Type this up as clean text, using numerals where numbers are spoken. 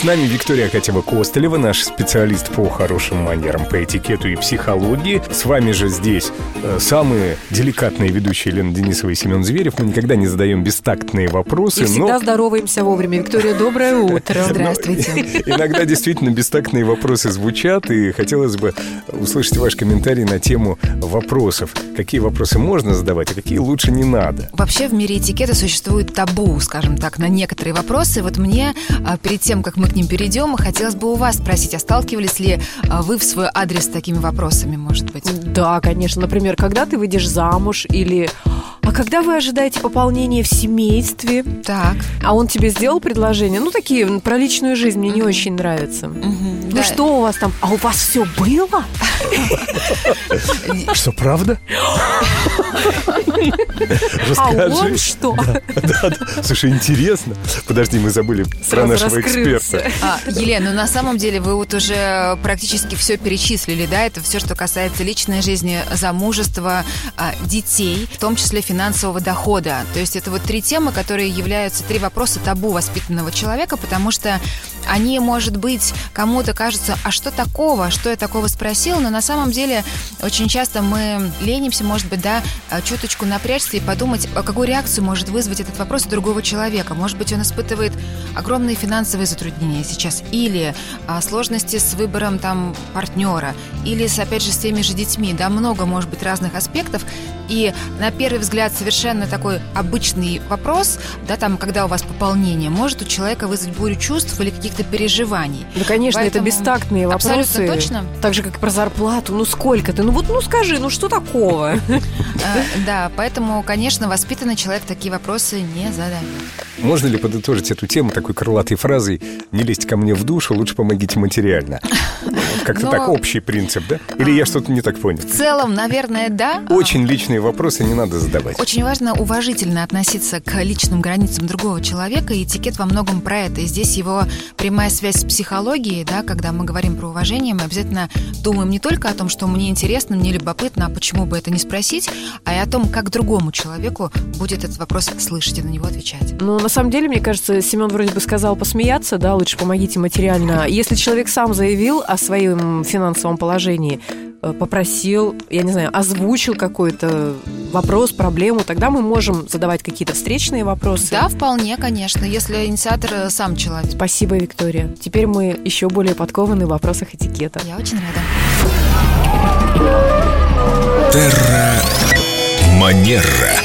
С нами Виктория Акатьева-Костылева, наш специалист по хорошим манерам, по этикету и психологии. С вами же здесь самые деликатные ведущие Елена Денисова и Семен Зверев. Мы никогда не задаем бестактные вопросы. И всегда здороваемся вовремя. Виктория, доброе утро. Здравствуйте. Иногда действительно бестактные вопросы звучат, и хотелось бы услышать ваш комментарий на тему вопросов. Какие вопросы можно задавать, а какие лучше не надо? Вообще в мире этикета существует табу, скажем так, на некоторые вопросы. Вот мне, перед тем, как мы к ним перейдем, хотелось бы у вас спросить, а сталкивались ли вы в свой адрес с такими вопросами, может быть? Да, конечно. Например, когда ты выйдешь замуж или... А когда вы ожидаете пополнения в семействе? Так. А он тебе сделал предложение? Ну, такие, про личную жизнь мне не очень нравится. Ну, Да. что у вас там? А у вас все было? Что, правда? А Расскажи. он что? Да. Слушай, интересно. Подожди, мы забыли про Сразу нашего раскрылся. эксперта. Елена, ну на самом деле вы вот уже практически все перечислили, да? Это все, что касается личной жизни, замужества, детей, в том числе финансового дохода. То есть это вот 3 темы, которые являются 3 вопроса табу воспитанного человека, потому что они, может быть, кому-то кажутся, а что такого, что я такого спросила, но на самом деле очень часто мы ленимся, может быть, да, чуточку напрячься и подумать, какую реакцию может вызвать этот вопрос у другого человека. Может быть, он испытывает огромные финансовые затруднения сейчас, или сложности с выбором там партнера, или, опять же, с теми же детьми, да, много, может быть, разных аспектов, и на первый взгляд совершенно такой обычный вопрос, да, там, когда у вас пополнение, может у человека вызвать бурю чувств или каких-то переживаний. Да, конечно, Поэтому это бестактные вопросы. абсолютно точно. Так же, как и про зарплату. Ну, сколько ты? Ну, вот, ну, скажи, ну, что такого? Да, поэтому, конечно, воспитанный человек такие вопросы не задает. Можно ли подытожить эту тему такой крылатой фразой «не лезьте ко мне в душу, лучше помогите материально»? Как-то так общий принцип, да? Или я что-то не так понял? В целом, наверное, да. Очень личные вопросы не надо задавать. Очень важно уважительно относиться к личным границам другого человека, и этикет во многом про это. И здесь его прямая связь с психологией, да, когда мы говорим про уважение, мы обязательно думаем не только о том, что мне интересно, мне любопытно, а почему бы это не спросить, а и о том, как другому человеку будет этот вопрос слышать и на него отвечать. Ну, на самом деле, мне кажется, Семен вроде бы сказал посмеяться, да, лучше помогите материально. Если человек сам заявил о своем финансовом положении, попросил, я не знаю, озвучил какой-то вопрос, проблему, тогда мы можем задавать какие-то встречные вопросы. Да, вполне, конечно, если инициатор сам человек. Спасибо, Виктория. Теперь мы еще более подкованы в вопросах этикета. Я очень рада. Терра Манера.